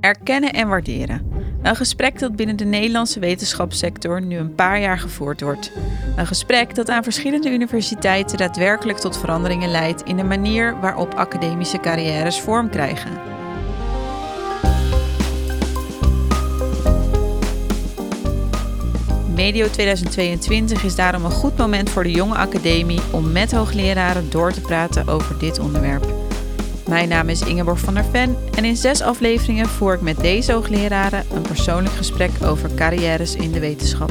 Erkennen en waarderen. Een gesprek dat binnen de Nederlandse wetenschapssector nu een paar jaar gevoerd wordt. Een gesprek dat aan verschillende universiteiten daadwerkelijk tot veranderingen leidt in de manier waarop academische carrières vorm krijgen. Medio 2022 is daarom een goed moment voor de jonge academie om met hoogleraren door te praten over dit onderwerp. Mijn naam is Ingeborg van der Ven en in 6 afleveringen voer ik met deze hoogleraren een persoonlijk gesprek over carrières in de wetenschap.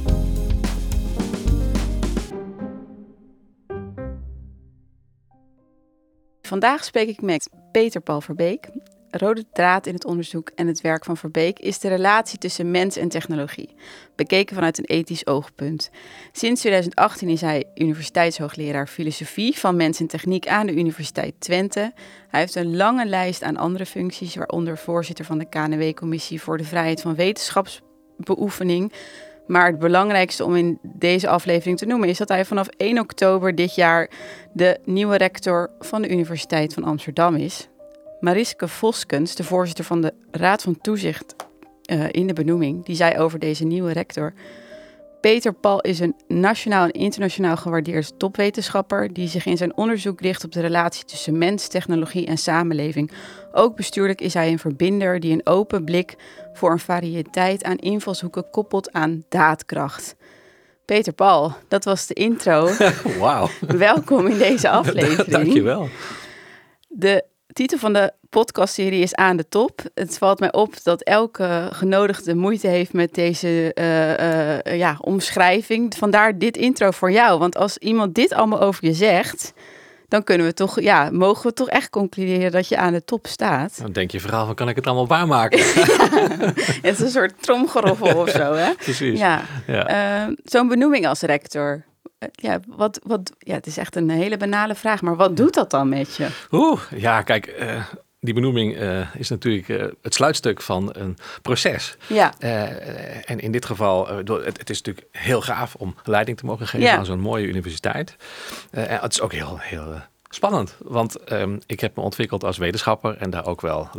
Vandaag spreek ik met Peter Paul Verbeek. Rode draad in het onderzoek en het werk van Verbeek is de relatie tussen mens en technologie, bekeken vanuit een ethisch oogpunt. Sinds 2018 is hij universiteitshoogleraar filosofie van mens en techniek aan de Universiteit Twente. Hij heeft een lange lijst aan andere functies, waaronder voorzitter van de KNW-commissie voor de vrijheid van wetenschapsbeoefening. Maar het belangrijkste om in deze aflevering te noemen is dat hij vanaf 1 oktober dit jaar de nieuwe rector van de Universiteit van Amsterdam is. Mariske Voskens, de voorzitter van de Raad van Toezicht in de benoeming, die zei over deze nieuwe rector: Peter Paul is een nationaal en internationaal gewaardeerd topwetenschapper die zich in zijn onderzoek richt op de relatie tussen mens, technologie en samenleving. Ook bestuurlijk is hij een verbinder die een open blik voor een variëteit aan invalshoeken koppelt aan daadkracht. Peter Paul, dat was de intro. Wauw. Welkom in deze aflevering. Dankjewel. De titel van de podcastserie is Aan de Top. Het valt mij op dat elke genodigde moeite heeft met deze omschrijving. Vandaar dit intro voor jou. Want als iemand dit allemaal over je zegt, dan mogen we toch echt concluderen dat je aan de top staat. Dan denk je vooral van, kan ik het allemaal waarmaken? Het is een soort tromgeroffel of zo, hè? Precies. Ja. Zo'n benoeming als rector. Het is echt een hele banale vraag, maar wat doet dat dan met je? Kijk, die benoeming is natuurlijk het sluitstuk van een proces. Ja. En in dit geval, het is natuurlijk heel gaaf om leiding te mogen geven aan zo'n mooie universiteit. En het is ook heel spannend, want ik heb me ontwikkeld als wetenschapper en daar ook wel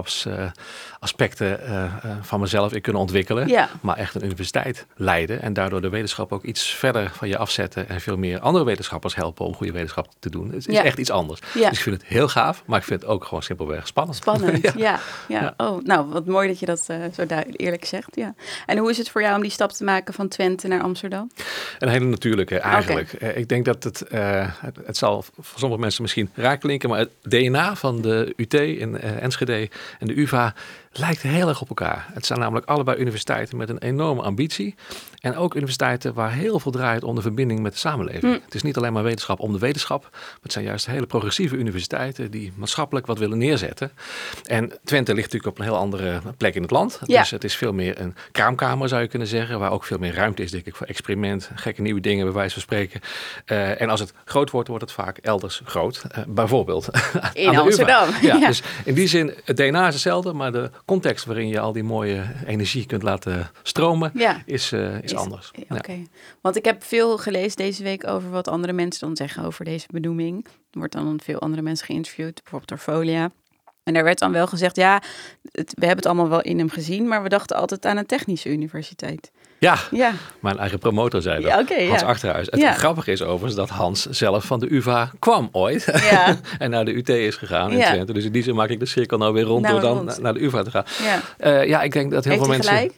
leiderschapsaspecten van mezelf in kunnen ontwikkelen. Ja. Maar echt een universiteit leiden en daardoor de wetenschap ook iets verder van je afzetten en veel meer andere wetenschappers helpen om goede wetenschap te doen. Het is echt iets anders. Ja. Dus ik vind het heel gaaf, maar ik vind het ook gewoon simpelweg spannend. Spannend, ja. Oh, nou, wat mooi dat je dat zo eerlijk zegt. Ja. En hoe is het voor jou om die stap te maken van Twente naar Amsterdam? Een hele natuurlijke eigenlijk. Okay. Ik denk dat het zal voor sommige mensen misschien raar klinken, maar het DNA van de UT in Enschede en de UvA lijkt heel erg op elkaar. Het zijn namelijk allebei universiteiten met een enorme ambitie. En ook universiteiten waar heel veel draait om de verbinding met de samenleving. Het is niet alleen maar wetenschap om de wetenschap. Maar het zijn juist hele progressieve universiteiten die maatschappelijk wat willen neerzetten. En Twente ligt natuurlijk op een heel andere plek in het land. Ja. Dus het is veel meer een kraamkamer, zou je kunnen zeggen. Waar ook veel meer ruimte is, denk ik, voor experiment. Gekke nieuwe dingen, bij wijze van spreken. En als het groot wordt, wordt het vaak elders groot. Bijvoorbeeld in Amsterdam. Ja, dus in die zin, het DNA is hetzelfde, maar de context waarin je al die mooie energie kunt laten stromen, is anders. Oké. Ja. Want ik heb veel gelezen deze week over wat andere mensen dan zeggen over deze benoeming. Er wordt dan veel andere mensen geïnterviewd, bijvoorbeeld door Folia. En daar werd dan wel gezegd, we hebben het allemaal wel in hem gezien, maar we dachten altijd aan een technische universiteit. Ja. Mijn eigen promotor zei dat, Hans Achterhuis. Het grappige is overigens dat Hans zelf van de UvA kwam ooit en naar de UT is gegaan in Twente. Dus in die zin maak ik de cirkel nou weer rond door dan naar de UvA te gaan. Ja. Ik denk dat heel veel mensen...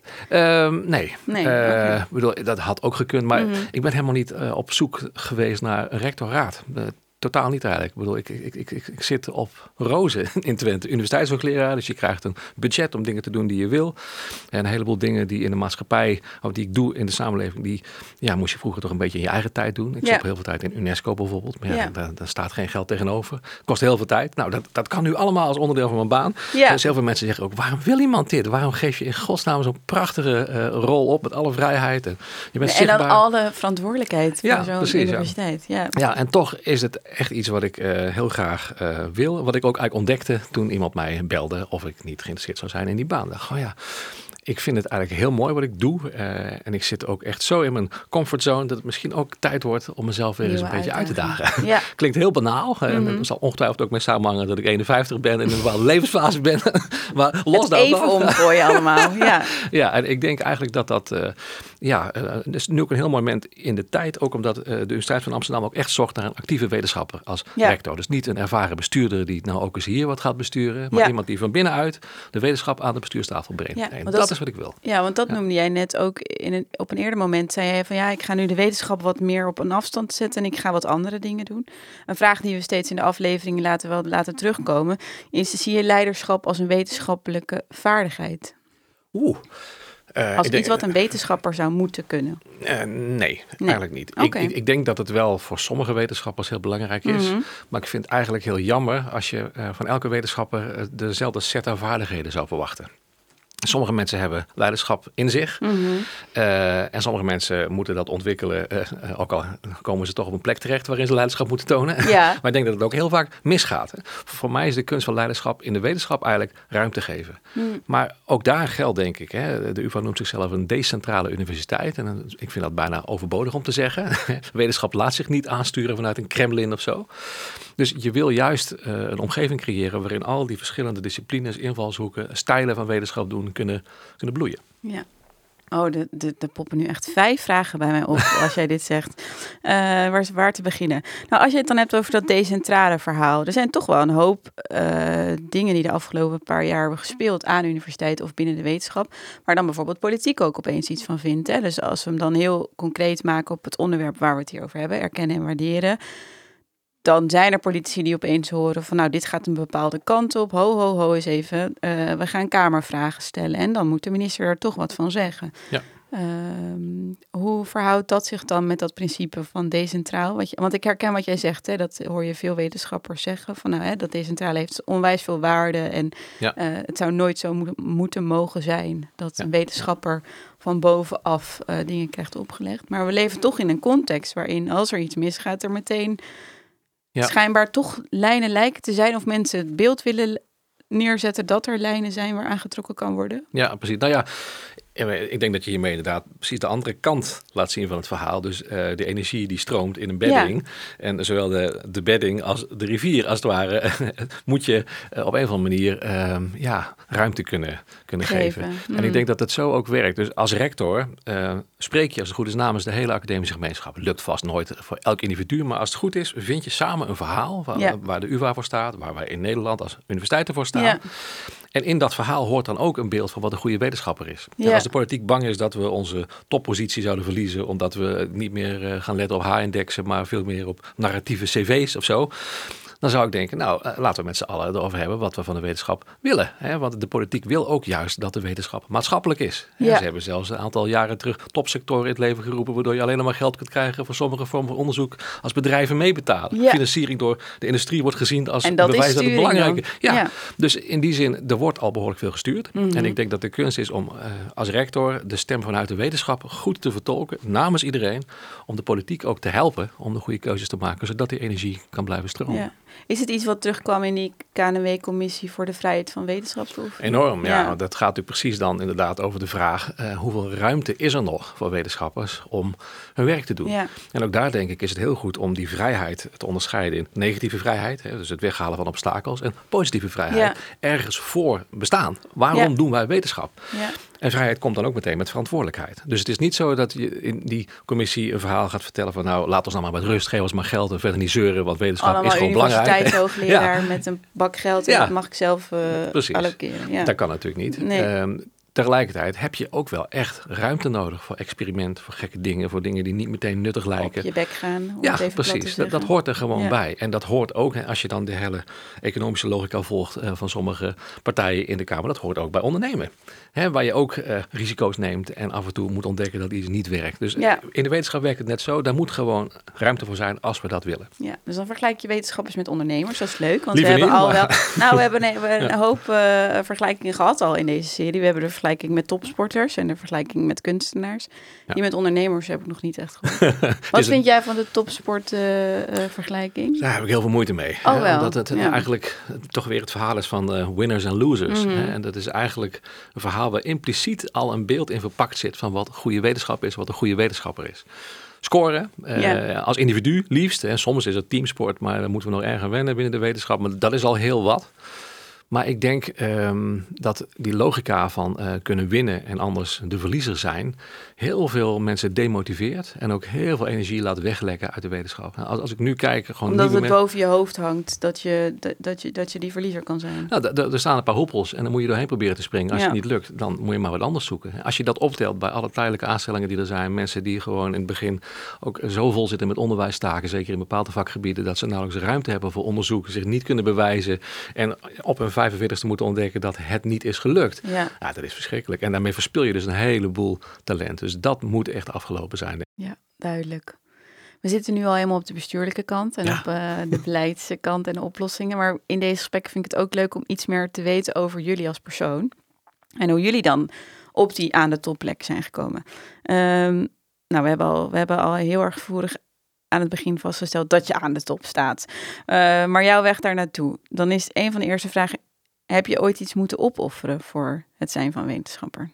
Nee. Ik bedoel, dat had ook gekund, maar ik ben helemaal niet op zoek geweest naar een rectoraat. Totaal niet eigenlijk. Ik bedoel, ik zit op rozen in Twente. Universiteitshoogleraar, dus je krijgt een budget om dingen te doen die je wil. En een heleboel dingen die in de maatschappij, of die ik doe in de samenleving, die moest je vroeger toch een beetje in je eigen tijd doen. Ik zit heel veel tijd in UNESCO bijvoorbeeld. Maar daar staat geen geld tegenover. Kost heel veel tijd. Nou, dat kan nu allemaal als onderdeel van mijn baan. Ja. Dus heel veel mensen zeggen ook, waarom wil iemand dit? Waarom geef je in godsnaam zo'n prachtige rol op met alle vrijheid? En je bent zichtbaar. En dan alle verantwoordelijkheid voor zo'n universiteit. Ja, en toch is het echt iets wat ik heel graag wil. Wat ik ook eigenlijk ontdekte toen iemand mij belde of ik niet geïnteresseerd zou zijn in die baan. Ik dacht, Ik vind het eigenlijk heel mooi wat ik doe. En ik zit ook echt zo in mijn comfortzone dat het misschien ook tijd wordt om mezelf weer eens een beetje uit te dagen. Ja. Klinkt heel banaal. Het zal ongetwijfeld ook mee samenhangen dat ik 51 ben en in een bepaalde levensfase ben. Maar los daarvan. Even omgooien allemaal. Ja, en ik denk eigenlijk dat is nu ook een heel mooi moment in de tijd. Ook omdat de Universiteit van Amsterdam ook echt zocht naar een actieve wetenschapper als rector. Dus niet een ervaren bestuurder die het nou ook eens hier wat gaat besturen. Maar iemand die van binnenuit de wetenschap aan de bestuurstafel brengt. Ja, en dat is wat ik wil. Ja, want dat noemde jij net ook op een eerder moment. Zei jij van ik ga nu de wetenschap wat meer op een afstand zetten en ik ga wat andere dingen doen. Een vraag die we steeds in de afleveringen laten terugkomen is: zie je leiderschap als een wetenschappelijke vaardigheid? Als iets wat een wetenschapper zou moeten kunnen? Nee, eigenlijk niet. Okay. Ik denk dat het wel voor sommige wetenschappers heel belangrijk is. Mm-hmm. Maar ik vind het eigenlijk heel jammer als je van elke wetenschapper dezelfde set aan vaardigheden zou verwachten. Sommige mensen hebben leiderschap in zich. Mm-hmm. En sommige mensen moeten dat ontwikkelen. Ook al komen ze toch op een plek terecht waarin ze leiderschap moeten tonen. Ja. Maar ik denk dat het ook heel vaak misgaat. Hè. Voor mij is de kunst van leiderschap in de wetenschap eigenlijk ruimte geven. Mm. Maar ook daar geldt denk ik. Hè, de UvA noemt zichzelf een decentrale universiteit. En ik vind dat bijna overbodig om te zeggen. Wetenschap laat zich niet aansturen vanuit een Kremlin of zo. Dus je wil juist een omgeving creëren waarin al die verschillende disciplines, invalshoeken, stijlen van wetenschap doen kunnen bloeien. Ja. Er poppen nu echt 5 vragen bij mij op als jij dit zegt. Waar te beginnen? Nou, als je het dan hebt over dat decentrale verhaal. Er zijn toch wel een hoop dingen die de afgelopen paar jaar hebben gespeeld aan universiteiten of binnen de wetenschap. Waar dan bijvoorbeeld politiek ook opeens iets van vindt. Hè? Dus als we hem dan heel concreet maken op het onderwerp waar we het hier over hebben. Erkennen en waarderen. Dan zijn er politici die opeens horen van dit gaat een bepaalde kant op. Ho eens even. We gaan kamervragen stellen. En dan moet de minister er toch wat van zeggen. Ja. Hoe verhoudt dat zich dan met dat principe van decentraal? Want ik herken wat jij zegt. Hè, dat hoor je veel wetenschappers zeggen. Van, dat decentraal heeft onwijs veel waarde. En het zou nooit zo moeten mogen zijn dat een wetenschapper van bovenaf dingen krijgt opgelegd. Maar we leven toch in een context waarin als er iets misgaat er meteen schijnbaar toch lijnen lijken te zijn. Of mensen het beeld willen neerzetten dat er lijnen zijn waar aangetrokken kan worden. Ja, precies. Nou ja, ik denk dat je hiermee inderdaad precies de andere kant laat zien van het verhaal. Dus de energie die stroomt in een bedding. Ja. En zowel de bedding als de rivier als het ware moet je op een of andere manier ruimte kunnen geven. Mm. En ik denk dat het zo ook werkt. Dus als rector spreek je als het goed is namens de hele academische gemeenschap. Het lukt vast nooit voor elk individu. Maar als het goed is, vind je samen een verhaal waar de UvA voor staat. Waar wij in Nederland als universiteiten voor staan. Ja. En in dat verhaal hoort dan ook een beeld van wat een goede wetenschapper is. Ja. Ja, als de politiek bang is dat we onze toppositie zouden verliezen, omdat we niet meer gaan letten op H-indexen, maar veel meer op narratieve cv's of zo. Dan zou ik denken, laten we met z'n allen erover hebben wat we van de wetenschap willen. Hè? Want de politiek wil ook juist dat de wetenschap maatschappelijk is. Ja. Ze hebben zelfs een aantal jaren terug topsectoren in het leven geroepen, waardoor je alleen nog maar geld kunt krijgen voor sommige vormen van onderzoek als bedrijven meebetalen. Ja. Financiering door de industrie wordt gezien als bewijs dat het belangrijk is. Ja. Dus in die zin, er wordt al behoorlijk veel gestuurd. Mm-hmm. En ik denk dat de kunst is om als rector de stem vanuit de wetenschap goed te vertolken, namens iedereen, om de politiek ook te helpen om de goede keuzes te maken, zodat die energie kan blijven stromen. Ja. Is het iets wat terugkwam in die KNW-commissie voor de vrijheid van wetenschapsbeoefening? Enorm, ja. Dat gaat natuurlijk precies dan inderdaad over de vraag hoeveel ruimte is er nog voor wetenschappers om hun werk te doen. Ja. En ook daar denk ik is het heel goed om die vrijheid te onderscheiden in negatieve vrijheid, dus het weghalen van obstakels, en positieve vrijheid ergens voor bestaan. Waarom doen wij wetenschap? Ja. En vrijheid komt dan ook meteen met verantwoordelijkheid. Dus het is niet zo dat je in die commissie een verhaal gaat vertellen van laat ons nou maar met rust, geef ons maar geld en verder niet zeuren, want wetenschap allemaal is gewoon belangrijk. Universiteitshoogleraar met een bak geld en dat mag ik zelf allokeren. Ja. Dat kan natuurlijk niet. Nee. Tegelijkertijd heb je ook wel echt ruimte nodig voor experiment, voor gekke dingen, voor dingen die niet meteen nuttig lijken. Op je bek gaan. Ja, precies. Dat hoort er gewoon bij. En dat hoort ook, als je dan de hele economische logica volgt van sommige partijen in de Kamer, dat hoort ook bij ondernemen. Waar je ook risico's neemt en af en toe moet ontdekken dat iets niet werkt. Dus in de wetenschap werkt het net zo. Daar moet gewoon ruimte voor zijn als we dat willen. Ja, dus dan vergelijk je wetenschappers met ondernemers. Dat is leuk, want we hebben een hoop vergelijkingen gehad al in deze serie. We hebben er vergelijking met topsporters en de vergelijking met kunstenaars. Ja. Die met ondernemers heb ik nog niet echt gehoord. Wat vind jij van de topsport Daar heb ik heel veel moeite mee. Oh, wel. Omdat het eigenlijk toch weer het verhaal is van winners en losers. Mm-hmm. En dat is eigenlijk een verhaal waar impliciet al een beeld in verpakt zit van wat goede wetenschap is, wat een goede wetenschapper is. Scoren, als individu liefst. Soms is het teamsport, maar daar moeten we nog erg aan wennen binnen de wetenschap. Maar dat is al heel wat. Maar ik denk dat die logica van kunnen winnen en anders de verliezer zijn, heel veel mensen demotiveert en ook heel veel energie laat weglekken uit de wetenschap. Als ik nu kijk, gewoon omdat het boven je hoofd hangt dat je die verliezer kan zijn. Nou, er staan een paar hoepels en dan moet je doorheen proberen te springen. Als het niet lukt, dan moet je maar wat anders zoeken. Als je dat optelt bij alle tijdelijke aanstellingen die er zijn, mensen die gewoon in het begin ook zo vol zitten met onderwijstaken, zeker in bepaalde vakgebieden, dat ze nauwelijks ruimte hebben voor onderzoek, zich niet kunnen bewijzen en op hun 45ste moeten ontdekken dat het niet is gelukt. Ja, dat is verschrikkelijk. En daarmee verspil je dus een heleboel talent. Dus dat moet echt afgelopen zijn. Ja, duidelijk. We zitten nu al helemaal op de bestuurlijke kant en op de beleidskant en de oplossingen. Maar in deze gesprekken vind ik het ook leuk om iets meer te weten over jullie als persoon. En hoe jullie dan op die aan de topplek zijn gekomen. We hebben al heel erg voerig aan het begin vastgesteld dat je aan de top staat. Maar jouw weg daar naartoe, dan is een van de eerste vragen: heb je ooit iets moeten opofferen voor het zijn van wetenschapper?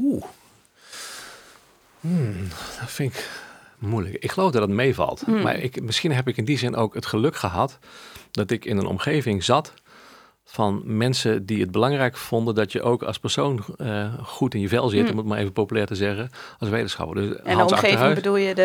Dat vind ik moeilijk. Ik geloof dat het meevalt. Maar misschien heb ik in die zin ook het geluk gehad dat ik in een omgeving zat van mensen die het belangrijk vonden dat je ook als persoon goed in je vel zit, om het maar even populair te zeggen, als wetenschapper. Dus en Hans de omgeving bedoel je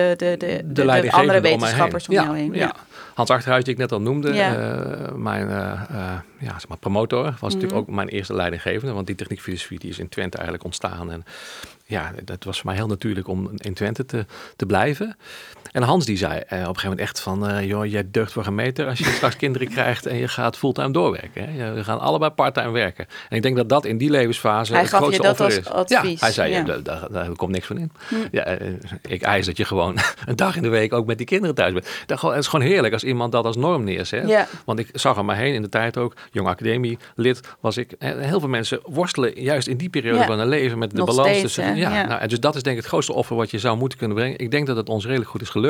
de andere wetenschappers om jou heen? Ja. Hans Achterhuis, die ik net al noemde, mijn promotor, was natuurlijk ook mijn eerste leidinggevende, want die techniekfilosofie die is in Twente eigenlijk ontstaan. En ja, dat was voor mij heel natuurlijk om in Twente te blijven. En Hans die zei op een gegeven moment echt van, jij deugt voor geen meter als je straks kinderen krijgt en je gaat fulltime doorwerken. Hè? We gaan allebei parttime werken. En ik denk dat dat in die levensfase het grootste offer is. Hij gaf je dat als advies? Ja, hij zei, daar komt niks van in. Ja, ik eis dat je gewoon een dag in de week ook met die kinderen thuis bent. Het is gewoon heerlijk als iemand dat als norm neerzet. Ja. Want ik zag er maar heen in de tijd ook, jong academielid was ik. Heel veel mensen worstelen juist in die periode van hun leven met de nog balans steeds, tussen. Nou, dus dat is denk ik het grootste offer wat je zou moeten kunnen brengen. Ik denk dat het ons redelijk goed is gelukt.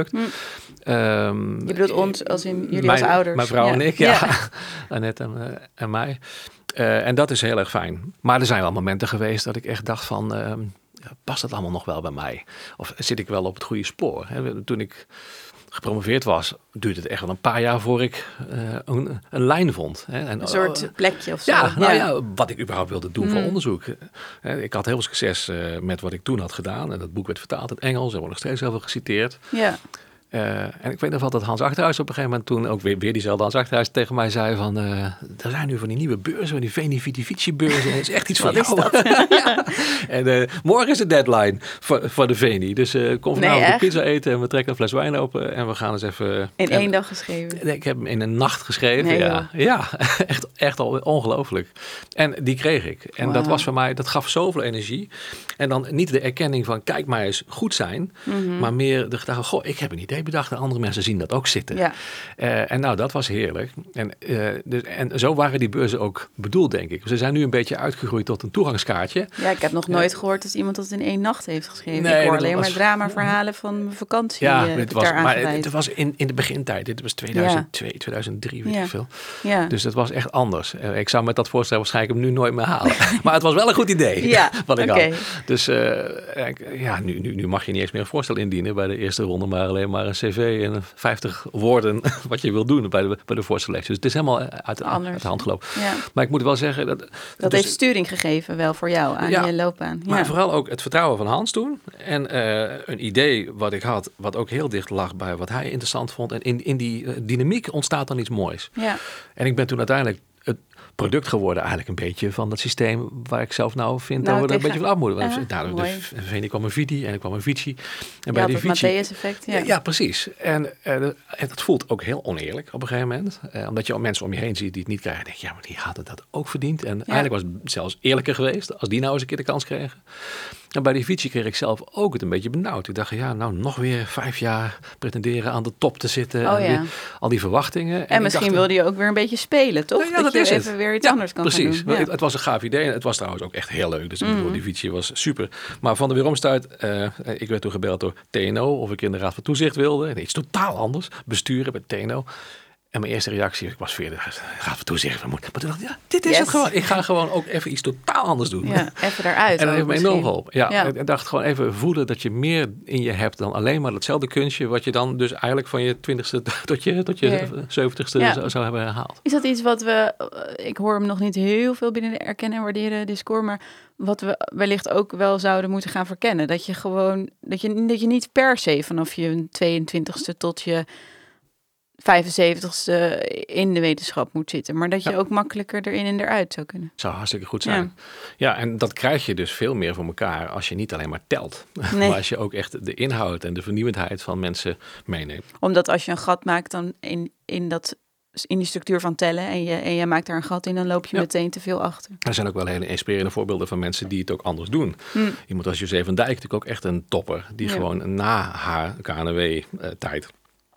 Je bedoelt ons als in jullie als ouders? Mijn vrouw en ik, Annette en mij. En dat is heel erg fijn. Maar er zijn wel momenten geweest dat ik echt dacht van, past dat allemaal nog wel bij mij? Of zit ik wel op het goede spoor? Toen ik gepromoveerd was, duurde het echt wel een paar jaar voor ik een lijn vond. Een soort plekje of zo. Wat ik überhaupt wilde doen voor onderzoek. Ik had heel veel succes met wat ik toen had gedaan. En dat boek werd vertaald in het Engels. Er wordt nog steeds heel veel geciteerd. Ja. En ik weet nog wel dat Hans Achterhuis op een gegeven moment toen ook weer diezelfde Hans Achterhuis tegen mij zei van, er zijn nu van die nieuwe beurzen, die Veni Vidi Vici beurzen. Het is echt iets van jou. Wat is dat? En morgen is de deadline voor de Veni. Dus kom vanavond de pizza eten en we trekken een fles wijn open en we gaan eens even. In 1 dag geschreven? Ik heb hem in een nacht geschreven. Ja, echt al ongelooflijk. En die kreeg ik. En dat was voor mij, dat gaf zoveel energie. En dan niet de erkenning van kijk maar eens goed zijn, maar meer de gedachte, goh, ik heb een idee bedacht en andere mensen zien dat ook zitten. Ja. En nou, dat was heerlijk. En zo waren die beurzen ook bedoeld, denk ik. Ze zijn nu een beetje uitgegroeid tot een toegangskaartje. Ja, ik heb nog nooit gehoord dat iemand dat in 1 nacht heeft geschreven. Nee, ik hoor alleen maar dramaverhalen van mijn vakantie. Ja, het was in de begintijd. Dit was 2002, 2003, weet ik veel. Ja. Dus dat was echt anders. Ik zou met dat voorstel waarschijnlijk hem nu nooit meer halen. Maar het was wel een goed idee. Ja, wat ik had. Dus nu mag je niet eens meer een voorstel indienen bij de eerste ronde, maar alleen maar een cv en 50 woorden wat je wil doen bij de voorselectie. Dus het is helemaal uit de hand gelopen. Ja. Maar ik moet wel zeggen dat heeft sturing gegeven wel voor jou aan je loopbaan. Maar vooral ook het vertrouwen van Hans toen. En een idee wat ik had, wat ook heel dicht lag bij wat hij interessant vond. En in die dynamiek ontstaat dan iets moois. Ja. En ik ben toen uiteindelijk het product geworden eigenlijk een beetje van dat systeem waar ik zelf nou vind dat we er een beetje van af moeten. De Veni kwam een Vidi en ik kwam een Vici. En bij die Vici, het Matthäus-effect. Ja, precies. En dat voelt ook heel oneerlijk op een gegeven moment. Omdat je al mensen om je heen ziet die het niet krijgen. Denk je, maar die hadden dat ook verdiend. En eigenlijk was het zelfs eerlijker geweest als die nou eens een keer de kans kregen. En bij die Vici kreeg ik zelf ook het een beetje benauwd. Ik dacht, nog weer 5 jaar pretenderen aan de top te zitten. Al die verwachtingen. En misschien wilde je ook weer een beetje spelen, toch? Dat je even weer iets anders kan precies. gaan doen. Het was een gaaf idee en het was trouwens ook echt heel leuk. Dus die Vici was super. Maar van de weeromstuit, ik werd toen gebeld door TNO of ik in de Raad van Toezicht wilde. Iets totaal anders. Besturen bij TNO. En mijn eerste reactie, ik was via de Raad van Toezicht. Maar toen dacht ik, dit is het gewoon. Ik ga gewoon ook even iets totaal anders doen. Ja, even eruit. En dat heeft me enorm geholpen. Ja. Ik dacht gewoon even voelen dat je meer in je hebt dan alleen maar datzelfde kunstje. Wat je dan dus eigenlijk van je 20ste tot je 70ste zou hebben herhaald. Is dat iets wat ik hoor hem nog niet heel veel binnen de erkennen en waarderen discours, maar wat we wellicht ook wel zouden moeten gaan verkennen. Dat je gewoon, dat je niet per se vanaf je 22ste tot je 75ste in de wetenschap moet zitten. Maar dat je ook makkelijker erin en eruit zou kunnen. Zou hartstikke goed zijn. Ja, en dat krijg je dus veel meer voor elkaar als je niet alleen maar telt. Nee. Maar als je ook echt de inhoud en de vernieuwendheid van mensen meeneemt. Omdat als je een gat maakt dan in die structuur van tellen en je maakt daar een gat in, dan loop je meteen te veel achter. Er zijn ook wel hele inspirerende voorbeelden van mensen die het ook anders doen. Iemand als José van Dijk, natuurlijk ook echt een topper. Die gewoon na haar KNW-tijd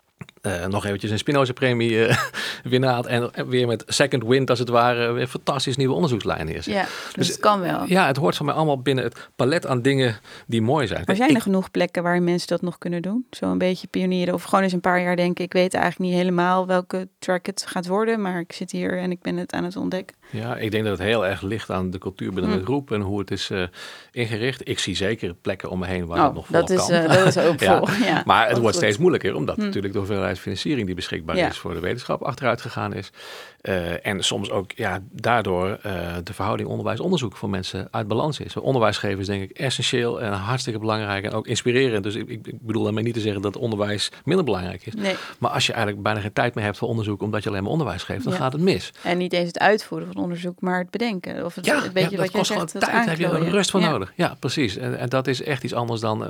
nog eventjes een Spinoza-premie winnaar en weer met second wind als het ware weer fantastisch nieuwe onderzoekslijnen neerzet. Ja, dus het kan wel. Ja, het hoort van mij allemaal binnen het palet aan dingen die mooi zijn. Maar zijn er genoeg plekken waar mensen dat nog kunnen doen? Zo een beetje pionieren of gewoon eens een paar jaar denken, ik weet eigenlijk niet helemaal welke track het gaat worden, maar ik zit hier en ik ben het aan het ontdekken. Ja, ik denk dat het heel erg ligt aan de cultuur binnen de groep en hoe het is ingericht. Ik zie zeker plekken om me heen waar het nog volop kan. Dat is ook vol. Ja, maar het wordt steeds moeilijker, omdat natuurlijk de hoeveelheid financiering die beschikbaar is voor de wetenschap achteruit gegaan is. En soms ook daardoor de verhouding onderwijs-onderzoek voor mensen uit balans is. Onderwijs geven is denk ik essentieel en hartstikke belangrijk en ook inspirerend. Dus ik bedoel daarmee niet te zeggen dat onderwijs minder belangrijk is. Nee. Maar als je eigenlijk bijna geen tijd meer hebt voor onderzoek omdat je alleen maar onderwijs geeft, dan gaat het mis. En niet eens het uitvoeren van onderzoek, maar het bedenken. Of het beetje wat jij zegt, tijd heb je er rust voor nodig. Ja, precies. En dat is echt iets anders dan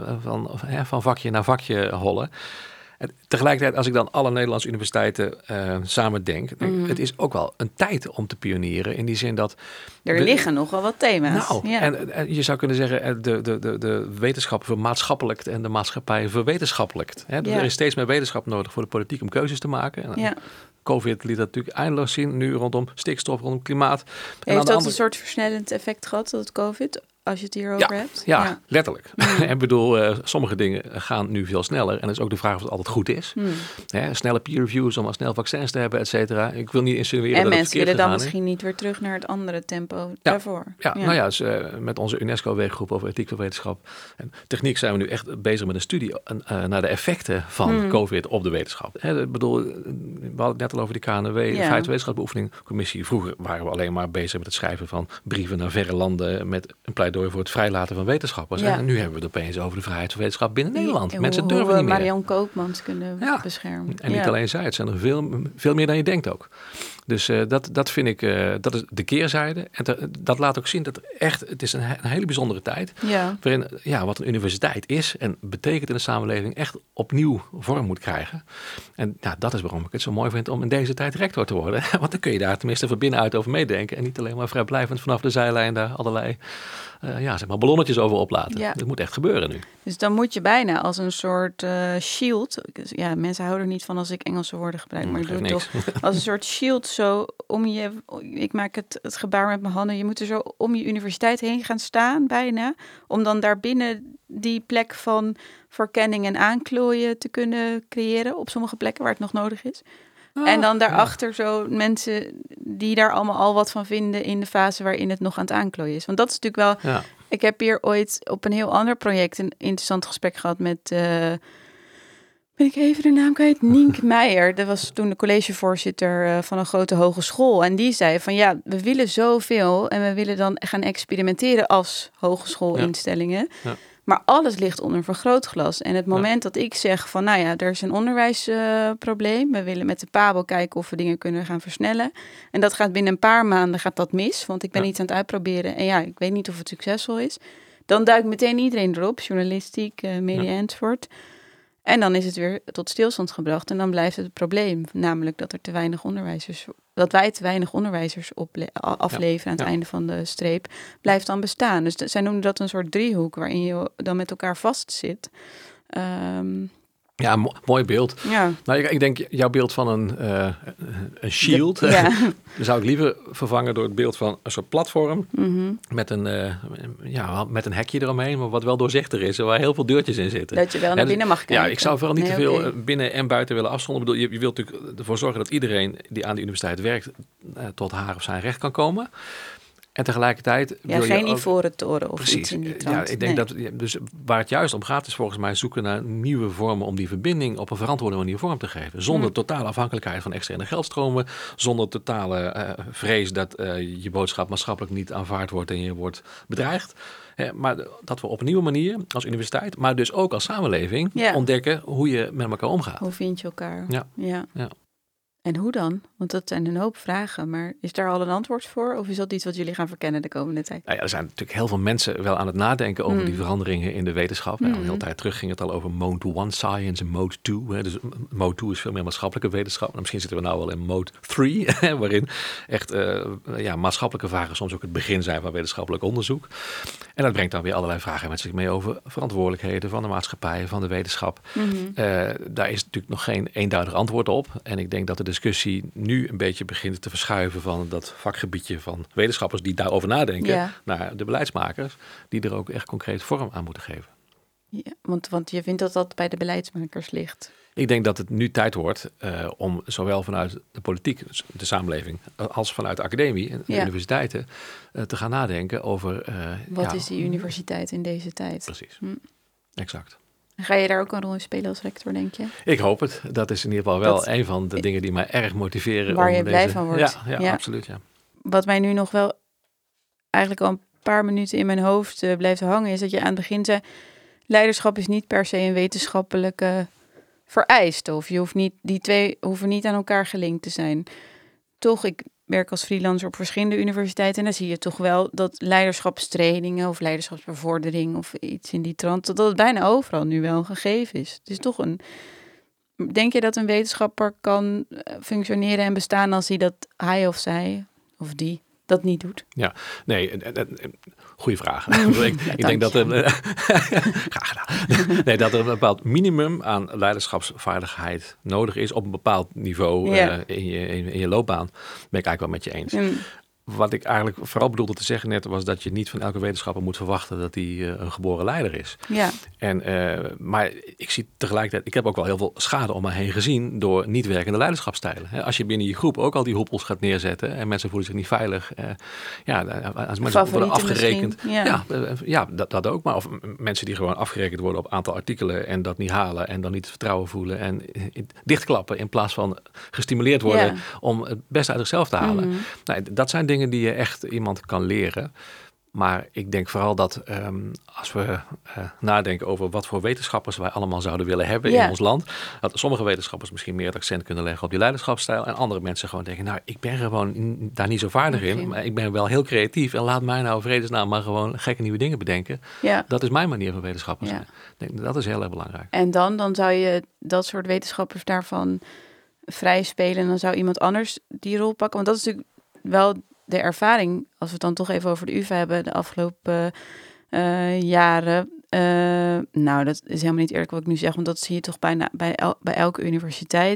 van vakje naar vakje hollen. En tegelijkertijd, als ik dan alle Nederlandse universiteiten samen denk, het is ook wel een tijd om te pionieren. In die zin dat liggen nogal wat thema's. Nou, en je zou kunnen zeggen, de wetenschap vermaatschappelijkt en de maatschappij verwetenschappelijkt. Er is steeds meer wetenschap nodig voor de politiek om keuzes te maken. COVID liet dat natuurlijk eindeloos zien, nu rondom stikstof, rondom klimaat. Heeft dat een soort versnellend effect gehad, dat COVID? Als je het hierover hebt? Ja, letterlijk. Ik bedoel, sommige dingen gaan nu veel sneller. En dat is ook de vraag of het altijd goed is. Snelle peer reviews om al snel vaccins te hebben, et cetera. Ik wil niet insinueren dat het verkeerd mensen willen dan is. misschien niet weer terug naar het andere tempo daarvoor. Dus, met onze UNESCO-werkgroep over ethiek van wetenschap en techniek zijn we nu echt bezig met een studie naar de effecten van COVID op de wetenschap. Ik bedoel, we hadden het net al over die KNW, de feitenwetenschapsbeoefening commissie. Vroeger waren we alleen maar bezig met het schrijven van brieven naar verre landen met een pleidooi voor het vrijlaten van wetenschappers. En nu hebben we het opeens over de vrijheid van wetenschap binnen Nederland. Mensen durven niet meer. Marion Koopmans kunnen beschermen. En niet alleen zij, het zijn er veel meer dan je denkt ook. Dus dat vind ik, dat is de keerzijde. En dat laat ook zien dat het is een hele bijzondere tijd. Waarin wat een universiteit is en betekent in de samenleving echt opnieuw vorm moet krijgen. En dat is waarom ik het zo mooi vind om in deze tijd rector te worden. Want dan kun je daar tenminste van binnenuit over meedenken. En niet alleen maar vrijblijvend vanaf de zijlijn daar allerlei ballonnetjes over oplaten. Dat moet echt gebeuren nu. Dus dan moet je bijna als een soort shield. Ja, mensen houden er niet van als ik Engelse woorden gebruik, maar ik doe het toch. Als een soort shield zo om je. Ik maak het gebaar met mijn handen. Je moet er zo om je universiteit heen gaan staan, bijna. Om dan daarbinnen die plek van verkenning en aanklooien te kunnen creëren op sommige plekken waar het nog nodig is. En dan daarachter zo mensen die daar allemaal al wat van vinden in de fase waarin het nog aan het aanklooien is. Want dat is natuurlijk wel. Ik heb hier ooit op een heel ander project een interessant gesprek gehad met. Ben ik even de naam kwijt? Nienk Meijer. Dat was toen de collegevoorzitter van een grote hogeschool. En die zei van we willen zoveel en we willen dan gaan experimenteren als hogeschoolinstellingen. Maar alles ligt onder een vergrootglas. En het moment dat ik zeg van er is een onderwijsprobleem. We willen met de PABO kijken of we dingen kunnen gaan versnellen. En dat gaat binnen een paar maanden gaat dat mis. Want ik ben iets aan het uitproberen. En ik weet niet of het succesvol is. Dan duikt meteen iedereen erop. Journalistiek, media enzovoort. En dan is het weer tot stilstand gebracht en dan blijft het probleem. Namelijk dat wij te weinig onderwijzers afleveren aan het einde van de streep, blijft dan bestaan. Dus zij noemen dat een soort driehoek waarin je dan met elkaar vastzit. Ja, mooi beeld. Ja. Nou, ik denk jouw beeld van een shield, zou ik liever vervangen door het beeld van een soort platform met een hekje eromheen, maar wat wel doorzichtig is en waar heel veel deurtjes in zitten. Dat je wel naar binnen mag kijken. Ja, ik zou vooral niet te veel binnen en buiten willen afzonderen. Je wilt natuurlijk ervoor zorgen dat iedereen die aan de universiteit werkt tot haar of zijn recht kan komen. En tegelijkertijd... geen ivoren toren of precies, iets in die trant. Ja, ik denk dat... Dus waar het juist om gaat is volgens mij zoeken naar nieuwe vormen om die verbinding op een verantwoorde manier vorm te geven. Zonder totale afhankelijkheid van externe geldstromen. Zonder totale vrees dat je boodschap maatschappelijk niet aanvaard wordt en je wordt bedreigd. Maar dat we op een nieuwe manier als universiteit, maar dus ook als samenleving ontdekken hoe je met elkaar omgaat. Hoe vind je elkaar? Ja. En hoe dan? Want dat zijn een hoop vragen. Maar is daar al een antwoord voor? Of is dat iets wat jullie gaan verkennen de komende tijd? Nou ja, er zijn natuurlijk heel veel mensen wel aan het nadenken over die veranderingen in de wetenschap. Al een hele tijd terug ging het al over mode 1 science en mode 2. Dus mode 2 is veel meer maatschappelijke wetenschap. Maar misschien zitten we nou wel in mode 3. Waarin echt maatschappelijke vragen soms ook het begin zijn van wetenschappelijk onderzoek. En dat brengt dan weer allerlei vragen met zich mee over verantwoordelijkheden van de maatschappij, van de wetenschap. Daar is natuurlijk nog geen eenduidig antwoord op. En ik denk dat de discussie nu een beetje begint te verschuiven van dat vakgebiedje van wetenschappers die daarover nadenken naar de beleidsmakers die er ook echt concreet vorm aan moeten geven. Ja, want je vindt dat dat bij de beleidsmakers ligt? Ik denk dat het nu tijd wordt om zowel vanuit de politiek, de samenleving, als vanuit de academie en de universiteiten te gaan nadenken over... Wat is die universiteit in deze tijd? Precies, exact. Ga je daar ook een rol in spelen als rector, denk je? Ik hoop het. Dat is in ieder geval wel een van de dingen die mij erg motiveren. Waar je blij van wordt. Ja, absoluut. Ja. Wat mij nu nog wel eigenlijk al een paar minuten in mijn hoofd blijft hangen, is dat je aan het begin zei, leiderschap is niet per se een wetenschappelijke vereiste. Of je hoeft niet, die twee hoeven niet aan elkaar gelinkt te zijn. Toch, ik werk als freelancer op verschillende universiteiten en dan zie je toch wel dat leiderschapstrainingen of leiderschapsbevordering of iets in die trant, dat het bijna overal nu wel een gegeven is. Het is toch denk je dat een wetenschapper kan functioneren en bestaan als hij of zij of die dat niet doet? Ja, nee, goede vraag. Ik denk dat graag gedaan. Nee, dat er een bepaald minimum aan leiderschapsvaardigheid nodig is op een bepaald niveau in je loopbaan. Ben ik eigenlijk wel met je eens. Wat ik eigenlijk vooral bedoelde te zeggen net was dat je niet van elke wetenschapper moet verwachten dat hij een geboren leider is. Ja. Maar ik zie tegelijkertijd, ik heb ook wel heel veel schade om me heen gezien door niet werkende leiderschapsstijlen. Als je binnen je groep ook al die hoepels gaat neerzetten en mensen voelen zich niet veilig. Als mensen worden afgerekend. Dat ook. Maar of mensen die gewoon afgerekend worden op aantal artikelen en dat niet halen en dan niet het vertrouwen voelen en dichtklappen in plaats van gestimuleerd worden om het beste uit zichzelf te halen. Nou, dat zijn dingen die je echt iemand kan leren. Maar ik denk vooral dat als we nadenken over wat voor wetenschappers wij allemaal zouden willen hebben in ons land, dat sommige wetenschappers misschien meer het accent kunnen leggen op die leiderschapsstijl en andere mensen gewoon denken, nou, ik ben gewoon daar niet zo vaardig in, maar ik ben wel heel creatief en laat mij nou vredesnaam maar gewoon gekke nieuwe dingen bedenken. Ja. Dat is mijn manier van wetenschapper zijn. Ik denk, dat is heel erg belangrijk. En dan zou je dat soort wetenschappers daarvan vrij spelen en dan zou iemand anders die rol pakken, want dat is natuurlijk wel de ervaring, als we het dan toch even over de UvA hebben, de afgelopen jaren. Dat is helemaal niet eerlijk wat ik nu zeg, want dat zie je toch bijna bij elke universiteit.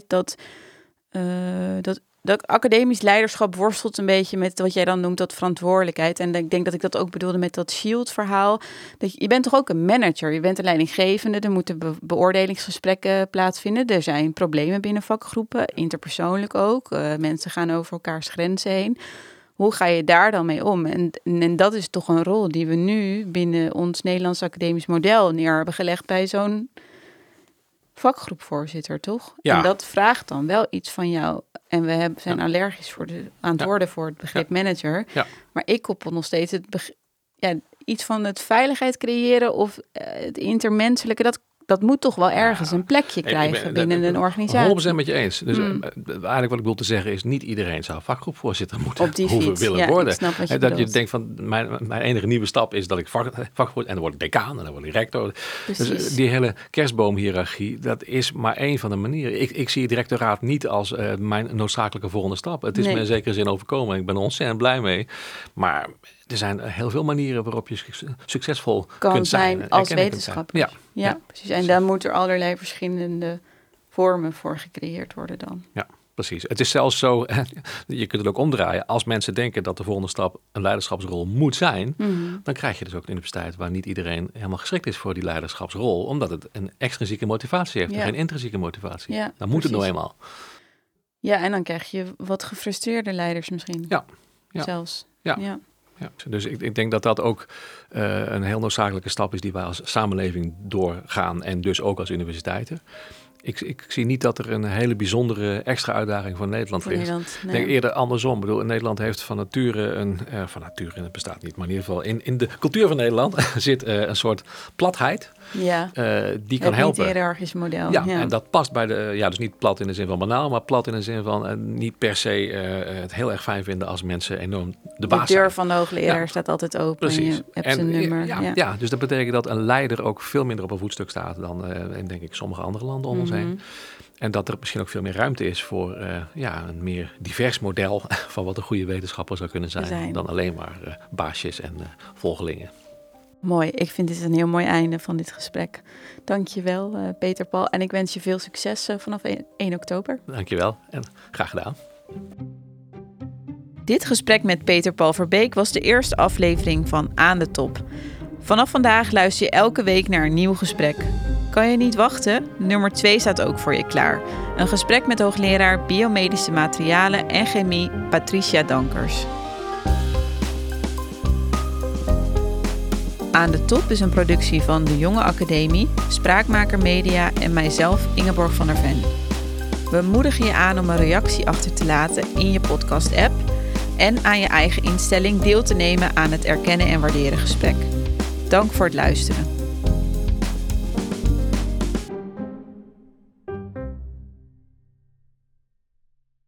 Dat academisch leiderschap worstelt een beetje met wat jij dan noemt dat verantwoordelijkheid. En ik denk dat ik dat ook bedoelde met dat SHIELD-verhaal. Je bent toch ook een manager, je bent een leidinggevende, er moeten beoordelingsgesprekken plaatsvinden. Er zijn problemen binnen vakgroepen, interpersoonlijk ook. Mensen gaan over elkaars grenzen heen. Hoe ga je daar dan mee om? En dat is toch een rol die we nu binnen ons Nederlands academisch model neer hebben gelegd bij zo'n vakgroepvoorzitter, toch? Ja. En dat vraagt dan wel iets van jou. En we zijn allergisch aan het worden voor het begrip manager. Ja. Maar ik koppel nog steeds iets van het veiligheid creëren of het intermenselijke. dat moet toch wel ergens een plekje krijgen binnen een organisatie. 100% met je eens. Dus eigenlijk wat ik bedoel te zeggen is, niet iedereen zou vakgroepvoorzitter moeten willen worden. Ik snap wat je dat je denkt van, mijn enige nieuwe stap is dat ik vakgroep en dan word ik decaan en dan word ik rector. Precies. Dus die hele kerstboomhiërarchie, dat is maar één van de manieren. Ik zie het directoraat niet als mijn noodzakelijke volgende stap. Het is me in zekere zin overkomen. Ik ben er ontzettend blij mee. Maar er zijn heel veel manieren waarop je succesvol kunt zijn als wetenschapper. Ja, precies. En dan moet er allerlei verschillende vormen voor gecreëerd worden dan. Ja, precies. Het is zelfs zo, je kunt het ook omdraaien. Als mensen denken dat de volgende stap een leiderschapsrol moet zijn, dan krijg je dus ook een universiteit waar niet iedereen helemaal geschikt is voor die leiderschapsrol, omdat het een extrinsieke motivatie heeft en geen intrinsieke motivatie. Ja, dan moet het nou eenmaal. Ja, en dan krijg je wat gefrustreerde leiders misschien. Ja. Zelfs. Ja. Dus ik denk dat dat ook een heel noodzakelijke stap is die wij als samenleving doorgaan en dus ook als universiteiten. Ik zie niet dat er een hele bijzondere extra uitdaging voor Nederland ligt. Ik denk eerder andersom. Ik bedoel, Nederland heeft van nature het bestaat niet, maar in ieder geval in de cultuur van Nederland zit een soort platheid. Ja, die kan helpen. Het hiërarchisch model. Ja, en dat past bij dus niet plat in de zin van banaal, maar plat in de zin van niet per se het heel erg fijn vinden als mensen enorm de baas zijn. De deur van de hoogleraar staat altijd open. Precies. En je hebt zijn nummer. Ja, dus dat betekent dat een leider ook veel minder op een voetstuk staat dan in denk ik sommige andere landen om ons heen. En dat er misschien ook veel meer ruimte is voor een meer divers model van wat een goede wetenschapper zou kunnen zijn. Dan alleen maar baasjes en volgelingen. Mooi, ik vind dit een heel mooi einde van dit gesprek. Dank je wel, Peter Paul. En ik wens je veel succes vanaf 1 oktober. Dank je wel en graag gedaan. Dit gesprek met Peter Paul Verbeek was de eerste aflevering van Aan de Top. Vanaf vandaag luister je elke week naar een nieuw gesprek. Kan je niet wachten? Nummer 2 staat ook voor je klaar. Een gesprek met hoogleraar biomedische materialen en chemie Patricia Dankers. Aan de Top is een productie van De Jonge Academie, Spraakmaker Media en mijzelf, Ingeborg van der Ven. We moedigen je aan om een reactie achter te laten in je podcast-app en aan je eigen instelling deel te nemen aan het erkennen en waarderen gesprek. Dank voor het luisteren.